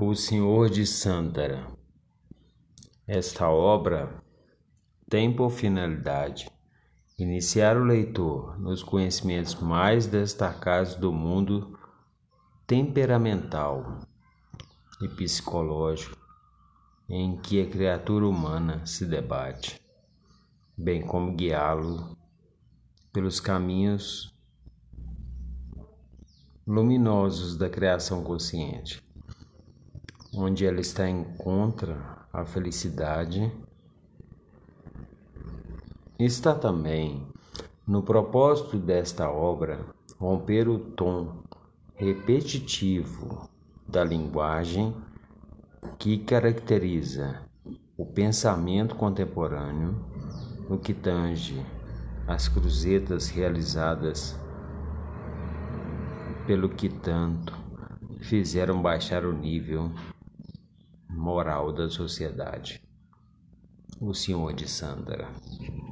O Senhor de Sântara. Esta obra tem por finalidade iniciar o leitor nos conhecimentos mais destacados do mundo temperamental e psicológico em que a criatura humana se debate, bem como guiá-lo pelos caminhos luminosos da criação consciente, onde ela encontra a felicidade. Está também no propósito desta obra romper o tom repetitivo da linguagem que caracteriza o pensamento contemporâneo no que tange às cruzetas realizadas pelo que tanto fizeram baixar o nível moral da sociedade. O Senhor de Sântara.